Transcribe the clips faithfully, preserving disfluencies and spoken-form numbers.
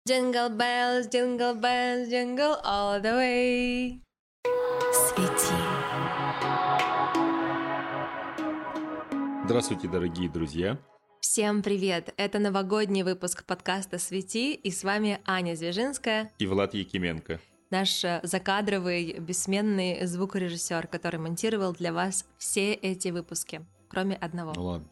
Jingle bells, jingle bells, jingle all the way. Свети. Здравствуйте, дорогие друзья. Всем привет! Это новогодний выпуск подкаста «Свети», и с вами Аня Звежинская и Влад Якименко. Наш закадровый, бессменный звукорежиссер, который монтировал для вас все эти выпуски, кроме одного. Ну ладно.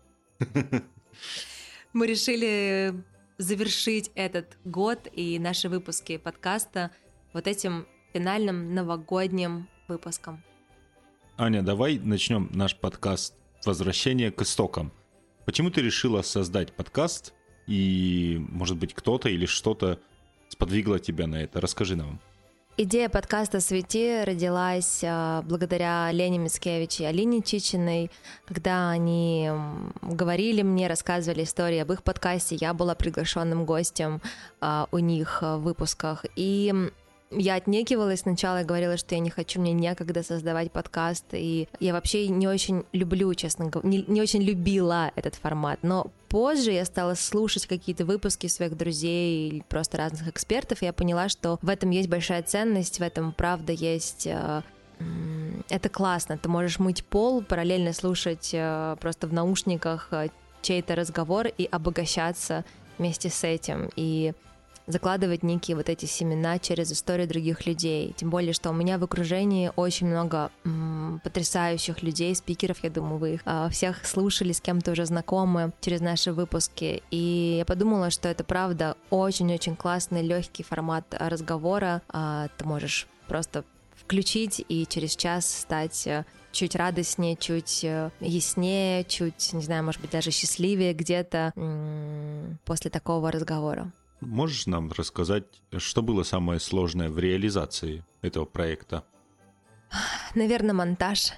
Мы решили завершить этот год и наши выпуски подкаста вот этим финальным новогодним выпуском. Аня, давай начнем наш подкаст «Возвращение к истокам». Почему ты решила создать подкаст, и, может быть, кто-то или что-то сподвигло тебя на это? Расскажи нам. Идея подкаста «Свети» родилась а, благодаря Лене Мицкевич и Алине Чичиной. Когда они говорили мне, рассказывали истории об их подкасте, я была приглашенным гостем а, у них в выпусках. И я отнекивалась сначала и говорила, что я не хочу, мне некогда создавать подкаст. И я вообще не очень люблю, честно говоря, не, не очень любила этот формат. Но позже я стала слушать какие-то выпуски своих друзей или просто разных экспертов, и я поняла, что в этом есть большая ценность, в этом правда есть... Это классно, ты можешь мыть пол, параллельно слушать просто в наушниках чей-то разговор и обогащаться вместе с этим, и закладывать некие вот эти семена через историю других людей. Тем более, что у меня в окружении очень много м- потрясающих людей, спикеров, я думаю, вы их а, всех слушали, с кем-то уже знакомы через наши выпуски. И я подумала, что это правда очень-очень классный, легкий формат разговора. А, ты можешь просто включить и через час стать чуть радостнее, чуть яснее, чуть, не знаю, может быть, даже счастливее где-то м- после такого разговора. Можешь нам рассказать, что было самое сложное в реализации этого проекта? Наверное, монтаж.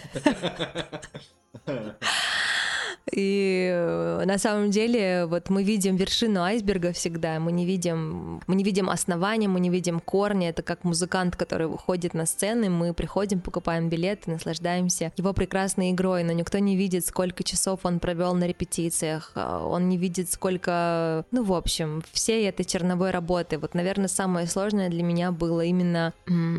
И на самом деле вот мы видим вершину айсберга всегда, мы не видим, мы не видим основания, мы не видим корня. Это как музыкант, который выходит на сцену, мы приходим, покупаем билеты, наслаждаемся его прекрасной игрой, но никто не видит, сколько часов он провел на репетициях, он не видит, сколько, ну, в общем, всей этой черновой работы. Вот, наверное, самое сложное для меня было именно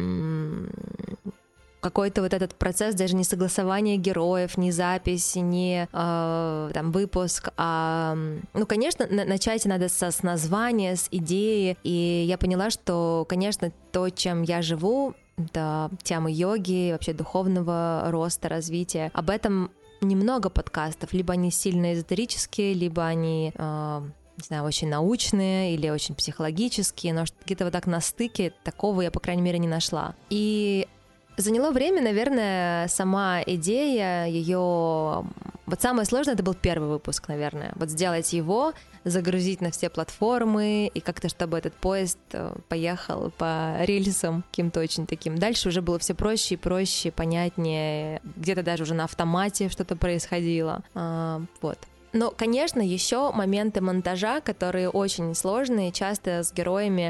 какой-то вот этот процесс, даже не согласование героев, не запись, не э, там выпуск, а, ну, конечно, на- начать надо со, с названия, с идеи, и я поняла, что, конечно, то, чем я живу, это тема йоги, вообще духовного роста, развития, об этом немного подкастов, либо они сильно эзотерические, либо они... Э, не знаю, очень научные или очень психологические, но где-то вот так на стыке такого я, по крайней мере, не нашла. И заняло время, наверное, сама идея, ее... Вот самое сложное — это был первый выпуск, наверное. Вот сделать его, загрузить на все платформы, и как-то, чтобы этот поезд поехал по рельсам каким-то очень таким. Дальше уже было все проще и проще, понятнее. Где-то даже уже на автомате что-то происходило. А, вот. Но, конечно, еще моменты монтажа, которые очень сложные, часто с героями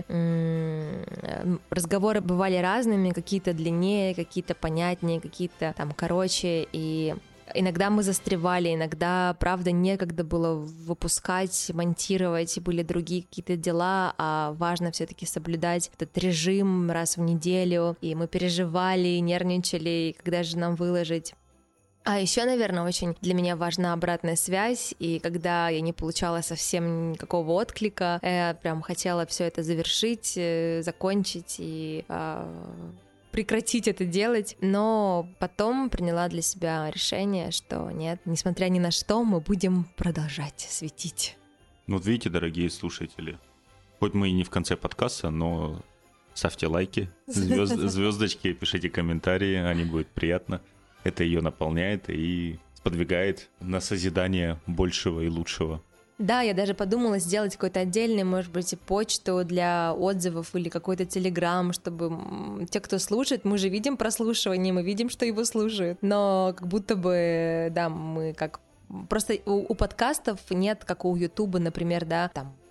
м- разговоры бывали разными, какие-то длиннее, какие-то понятнее, какие-то там короче, и иногда мы застревали, иногда, правда, некогда было выпускать, монтировать, были другие какие-то дела, а важно все-таки соблюдать этот режим раз в неделю, и мы переживали, нервничали, когда же нам выложить. А еще, наверное, очень для меня важна обратная связь, и когда я не получала совсем никакого отклика, я прям хотела все это завершить, закончить и э, прекратить это делать, но потом приняла для себя решение, что нет, несмотря ни на что, мы будем продолжать светить. Ну вот видите, дорогие слушатели, хоть мы и не в конце подкаста, но ставьте лайки, звезд, звездочки, пишите комментарии, они будут приятно. Это ее наполняет и сподвигает на созидание большего и лучшего. Да, я даже подумала сделать какой-то отдельный, может быть, почту для отзывов или какой-то телеграм, чтобы те, кто слушает, мы же видим прослушивание, мы видим, что его слушают, но как будто бы, да, мы как... Просто у, у подкастов нет, как у Ютуба, например, да, там,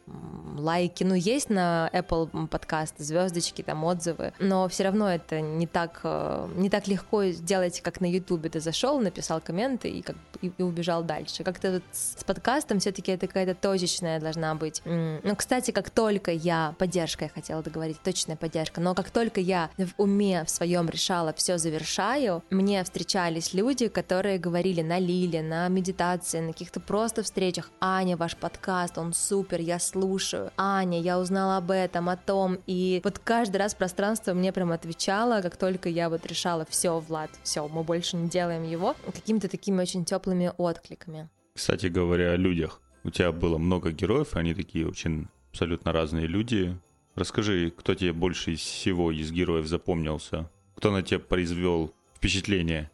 лайки, ну, есть на Apple подкасты, звездочки, там, отзывы, но все равно это не так, не так легко сделать, как на YouTube. Ты зашел, написал комменты и, как, и, и убежал дальше. Как-то вот с подкастом все-таки это какая-то точечная должна быть. Ну, кстати, как только я, поддержка, я хотела договорить, точная поддержка, но как только я в уме в своем решала, все завершаю, мне встречались люди, которые говорили на Лиле, на медитации, на каких-то просто встречах: Аня, ваш подкаст, он супер, я слушаю. Аня, я узнала об этом, о том. И вот каждый раз пространство мне прям отвечало, как только я вот решала: все, Влад, все, мы больше не делаем его, какими-то такими очень теплыми откликами. Кстати говоря, о людях. У тебя было много героев, они такие очень абсолютно разные люди. Расскажи, кто тебе больше из всего из героев запомнился? Кто на тебя произвел впечатление?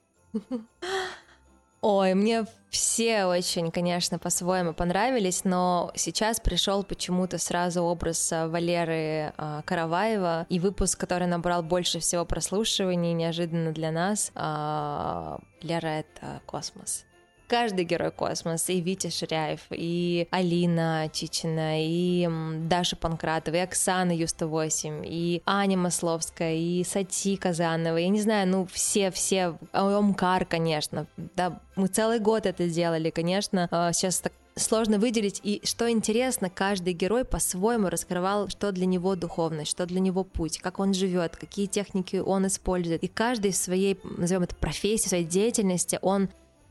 Ой, мне все очень, конечно, по-своему понравились, но сейчас пришел почему-то сразу образ Валеры э, Караваева, и выпуск, который набрал больше всего прослушиваний, неожиданно для нас. Э, Лера — это космос. Каждый герой космос, и Витя Ширяев, и Алина Чичина, и Даша Панкратова, и Оксана Ю сто восемь, и Аня Масловская, и Сати Казанова, я не знаю, ну все-все, Омкар, конечно, да, мы целый год это делали, конечно, сейчас так сложно выделить, и что интересно, каждый герой по-своему раскрывал, что для него духовность, что для него путь, как он живет, какие техники он использует, и каждый в своей, назовем это, профессии, в своей деятельности, он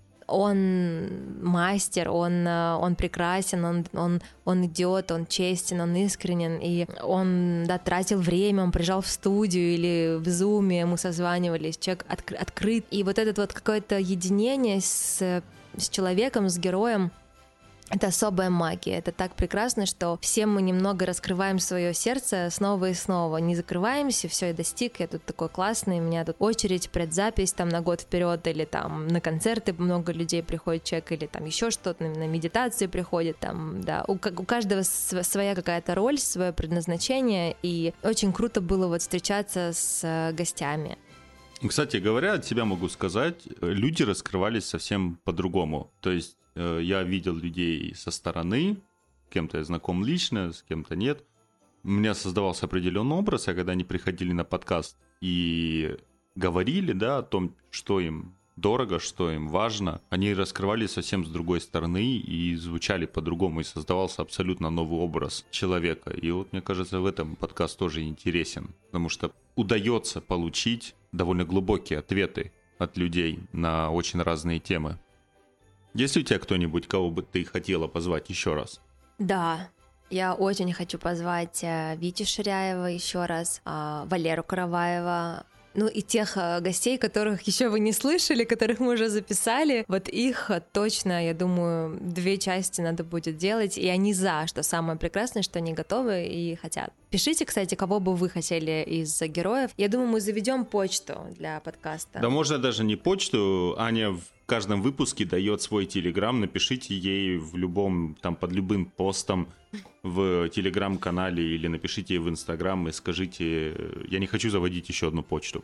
он мастер, он, он прекрасен, он, он, он идет, он честен, он искренен, и он, да, тратил время, он приезжал в студию или в зуме, мы созванивались, человек отк- открыт, и вот это вот какое-то единение с, с человеком, с героем, это особая магия, это так прекрасно, что все мы немного раскрываем свое сердце снова и снова, не закрываемся, все, я достиг, я тут такой классный, у меня тут очередь, предзапись там на год вперед, или там на концерты много людей приходит человек, или там еще что-то, на, на медитации приходит, там, да, у, у каждого своя какая-то роль, свое предназначение, и очень круто было вот встречаться с гостями. Кстати говоря, от себя могу сказать, люди раскрывались совсем по-другому, то есть я видел людей со стороны, с кем-то я знаком лично, с кем-то нет. У меня создавался определенный образ, а когда они приходили на подкаст и говорили, да, о том, что им дорого, что им важно, они раскрывались совсем с другой стороны и звучали по-другому, и создавался абсолютно новый образ человека. И вот, мне кажется, в этом подкаст тоже интересен, потому что удается получить довольно глубокие ответы от людей на очень разные темы. Есть ли у тебя кто-нибудь, кого бы ты хотела позвать еще раз? Да, я очень хочу позвать Витю Ширяева еще раз, Валеру Караваева, ну и тех гостей, которых еще вы не слышали, которых мы уже записали, вот их точно, я думаю, две части надо будет делать, и они за, что самое прекрасное, что они готовы и хотят. Пишите, кстати, кого бы вы хотели из героев. Я думаю, мы заведем почту для подкаста. Да можно даже не почту, Аня в каждом выпуске дает свой телеграм, напишите ей в любом, там под любым постом в телеграм-канале или напишите ей в инстаграм и скажите, я не хочу заводить еще одну почту,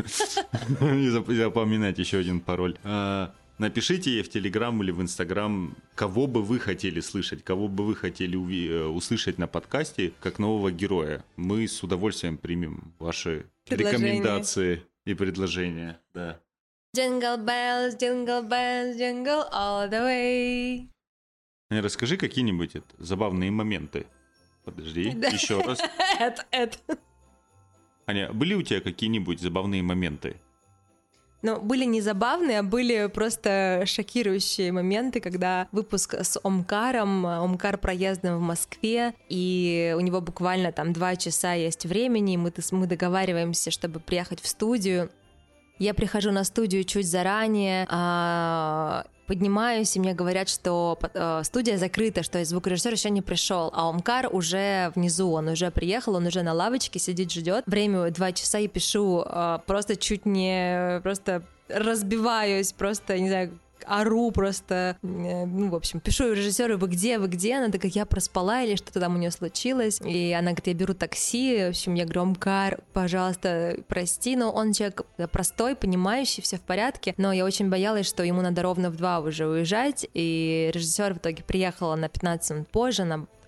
и запоминать еще один пароль. Напишите ей в телеграм или в инстаграм, кого бы вы хотели слышать, кого бы вы хотели услышать на подкасте как нового героя. Мы с удовольствием примем ваши рекомендации и предложения. Да. Jingle bells, jingle bells, jingle all the way. Расскажи какие-нибудь это, забавные моменты. Подожди, да. Еще раз. Это, это. Аня, были у тебя какие-нибудь забавные моменты? Ну, были не забавные, а были просто шокирующие моменты, когда выпуск с Омкаром, Омкар проездом в Москве, и у него буквально там два часа есть времени, и мы, мы договариваемся, чтобы приехать в студию. Я прихожу на студию чуть заранее, поднимаюсь, и мне говорят, что студия закрыта, что звукорежиссер еще не пришел, а Омкар уже внизу, он уже приехал, он уже на лавочке сидит, ждет. Время два часа, и пишу, просто чуть не, просто разбиваюсь, просто, не знаю, ору просто, ну, в общем, пишу режиссеру: вы где, вы где? Она такая: я проспала, или что-то там у нее случилось. И она говорит: я беру такси. В общем, я говорю: Омкар, пожалуйста, прости, но он человек простой, понимающий, все в порядке, но я очень боялась, что ему надо ровно в два уже уезжать, и режиссер в итоге приехала на пятнадцать минут позже, она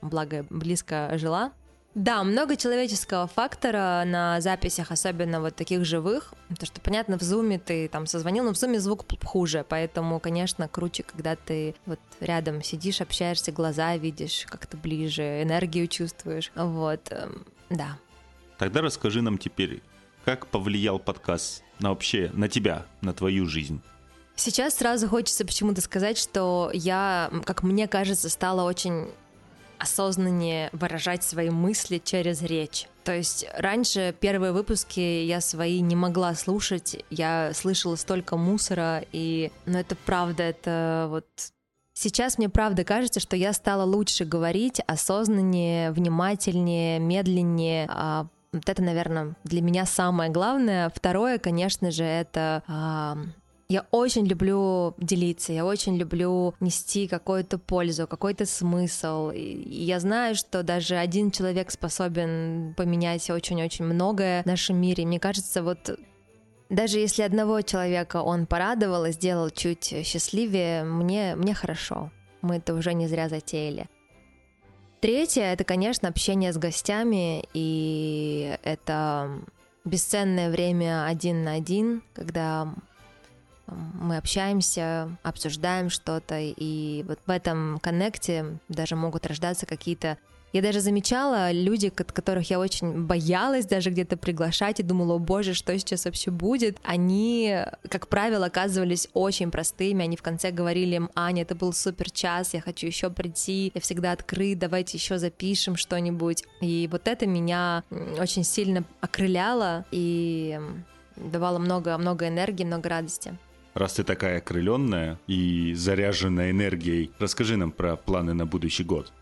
благо близко жила. Да, много человеческого фактора на записях, особенно вот таких живых, потому что, понятно, в зуме ты там созвонил, но в зуме звук хуже, поэтому, конечно, круче, когда ты вот рядом сидишь, общаешься, глаза видишь как-то ближе, энергию чувствуешь, вот, да. Тогда расскажи нам теперь, как повлиял подкаст на вообще, на тебя, на твою жизнь? Сейчас сразу хочется почему-то сказать, что я, как мне кажется, стала очень осознаннее выражать свои мысли через речь. То есть раньше первые выпуски я свои не могла слушать, я слышала столько мусора, и, ну, это правда, это вот... Сейчас мне правда кажется, что я стала лучше говорить, осознаннее, внимательнее, медленнее. А вот это, наверное, для меня самое главное. Второе, конечно же, это... А... Я очень люблю делиться, я очень люблю нести какую-то пользу, какой-то смысл. И я знаю, что даже один человек способен поменять очень-очень многое в нашем мире. Мне кажется, вот даже если одного человека он порадовал и сделал чуть счастливее, мне, мне хорошо. Мы это уже не зря затеяли. Третье — это, конечно, общение с гостями, и это бесценное время один на один, когда... мы общаемся, обсуждаем что-то, и вот в этом коннекте даже могут рождаться какие-то... Я даже замечала люди, которых я очень боялась даже где-то приглашать и думала, о боже, что сейчас вообще будет, они, как правило, оказывались очень простыми, они в конце говорили им: Аня, это был супер час, я хочу еще прийти, я всегда открыт, давайте еще запишем что-нибудь. И вот это меня очень сильно окрыляло и давало много-много энергии, много радости. Раз ты такая окрыленная и заряженная энергией, расскажи нам про планы на будущий год.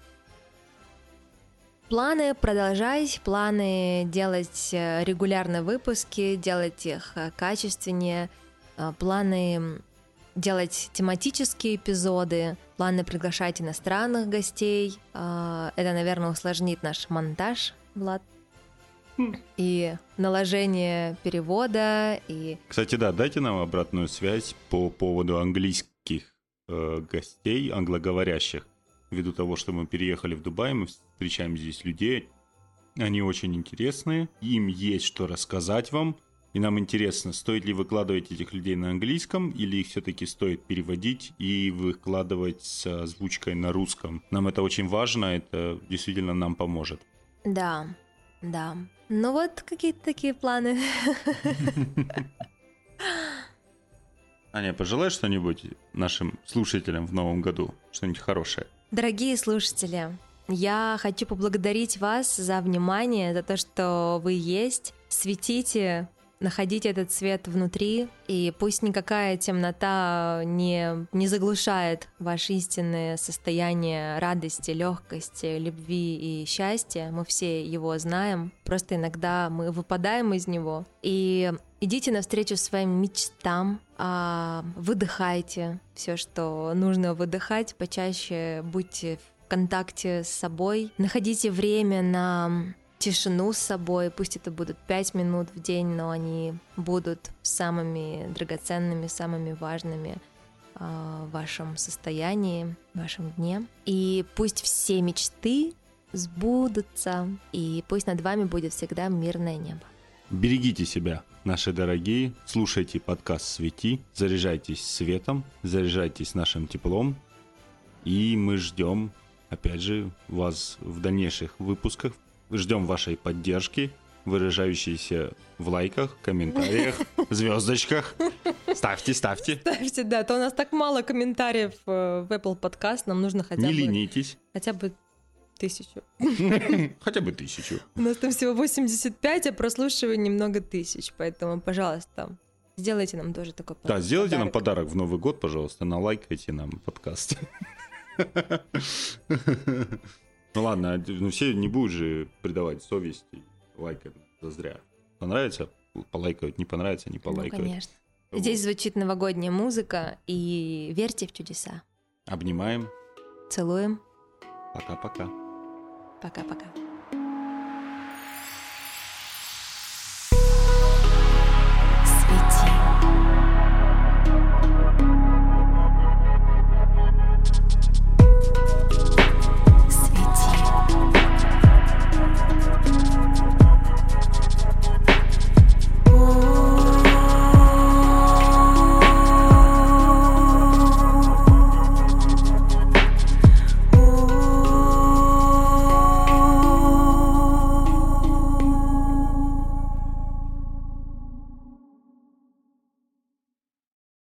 Планы продолжать, планы делать регулярные выпуски, делать их качественнее, планы делать тематические эпизоды, планы приглашать иностранных гостей. Это, наверное, усложнит наш монтаж, Влад. И наложение перевода, и... Кстати, да, дайте нам обратную связь по поводу английских э, гостей, англоговорящих. Ввиду того, что мы переехали в Дубай, мы встречаем здесь людей. Они очень интересные, им есть что рассказать вам. И нам интересно, стоит ли выкладывать этих людей на английском, или их все-таки стоит переводить и выкладывать с озвучкой на русском. Нам это очень важно, это действительно нам поможет. Да, да. Ну вот какие-то такие планы. Аня, пожелай что-нибудь нашим слушателям в новом году, что-нибудь хорошее. Дорогие слушатели, я хочу поблагодарить вас за внимание, за то, что вы есть. Светите, находите этот свет внутри, и пусть никакая темнота не, не заглушает ваше истинное состояние радости, легкости, любви и счастья. Мы все его знаем, просто иногда мы выпадаем из него. И идите навстречу своим мечтам, выдыхайте все, что нужно выдыхать, почаще будьте в контакте с собой, находите время на... тишину с собой, пусть это будут пять минут в день, но они будут самыми драгоценными, самыми важными э, в вашем состоянии, в вашем дне. И пусть все мечты сбудутся, и пусть над вами будет всегда мирное небо. Берегите себя, наши дорогие, слушайте подкаст «Свети», заряжайтесь светом, заряжайтесь нашим теплом, и мы ждем, опять же, вас в дальнейших выпусках. Ждем вашей поддержки, выражающейся в лайках, комментариях, звездочках. Ставьте, ставьте. Ставьте, да, то у нас так мало комментариев в Apple Podcast, нам нужно хотя бы... Не ленитесь. Хотя бы тысячу. Хотя бы тысячу. У нас там всего восемьдесят пять, а прослушиваний много тысяч, поэтому, пожалуйста, сделайте нам тоже такой подарок. Да, сделайте нам подарок в Новый год, пожалуйста, налайкайте нам подкаст. Ну ладно, ну все не будут же предавать совести, лайкать зазря. Понравится — полайкают, не понравится — не полайкают. Ну, конечно. Здесь звучит новогодняя музыка, и верьте в чудеса. Обнимаем. Целуем. Пока-пока. Пока-пока.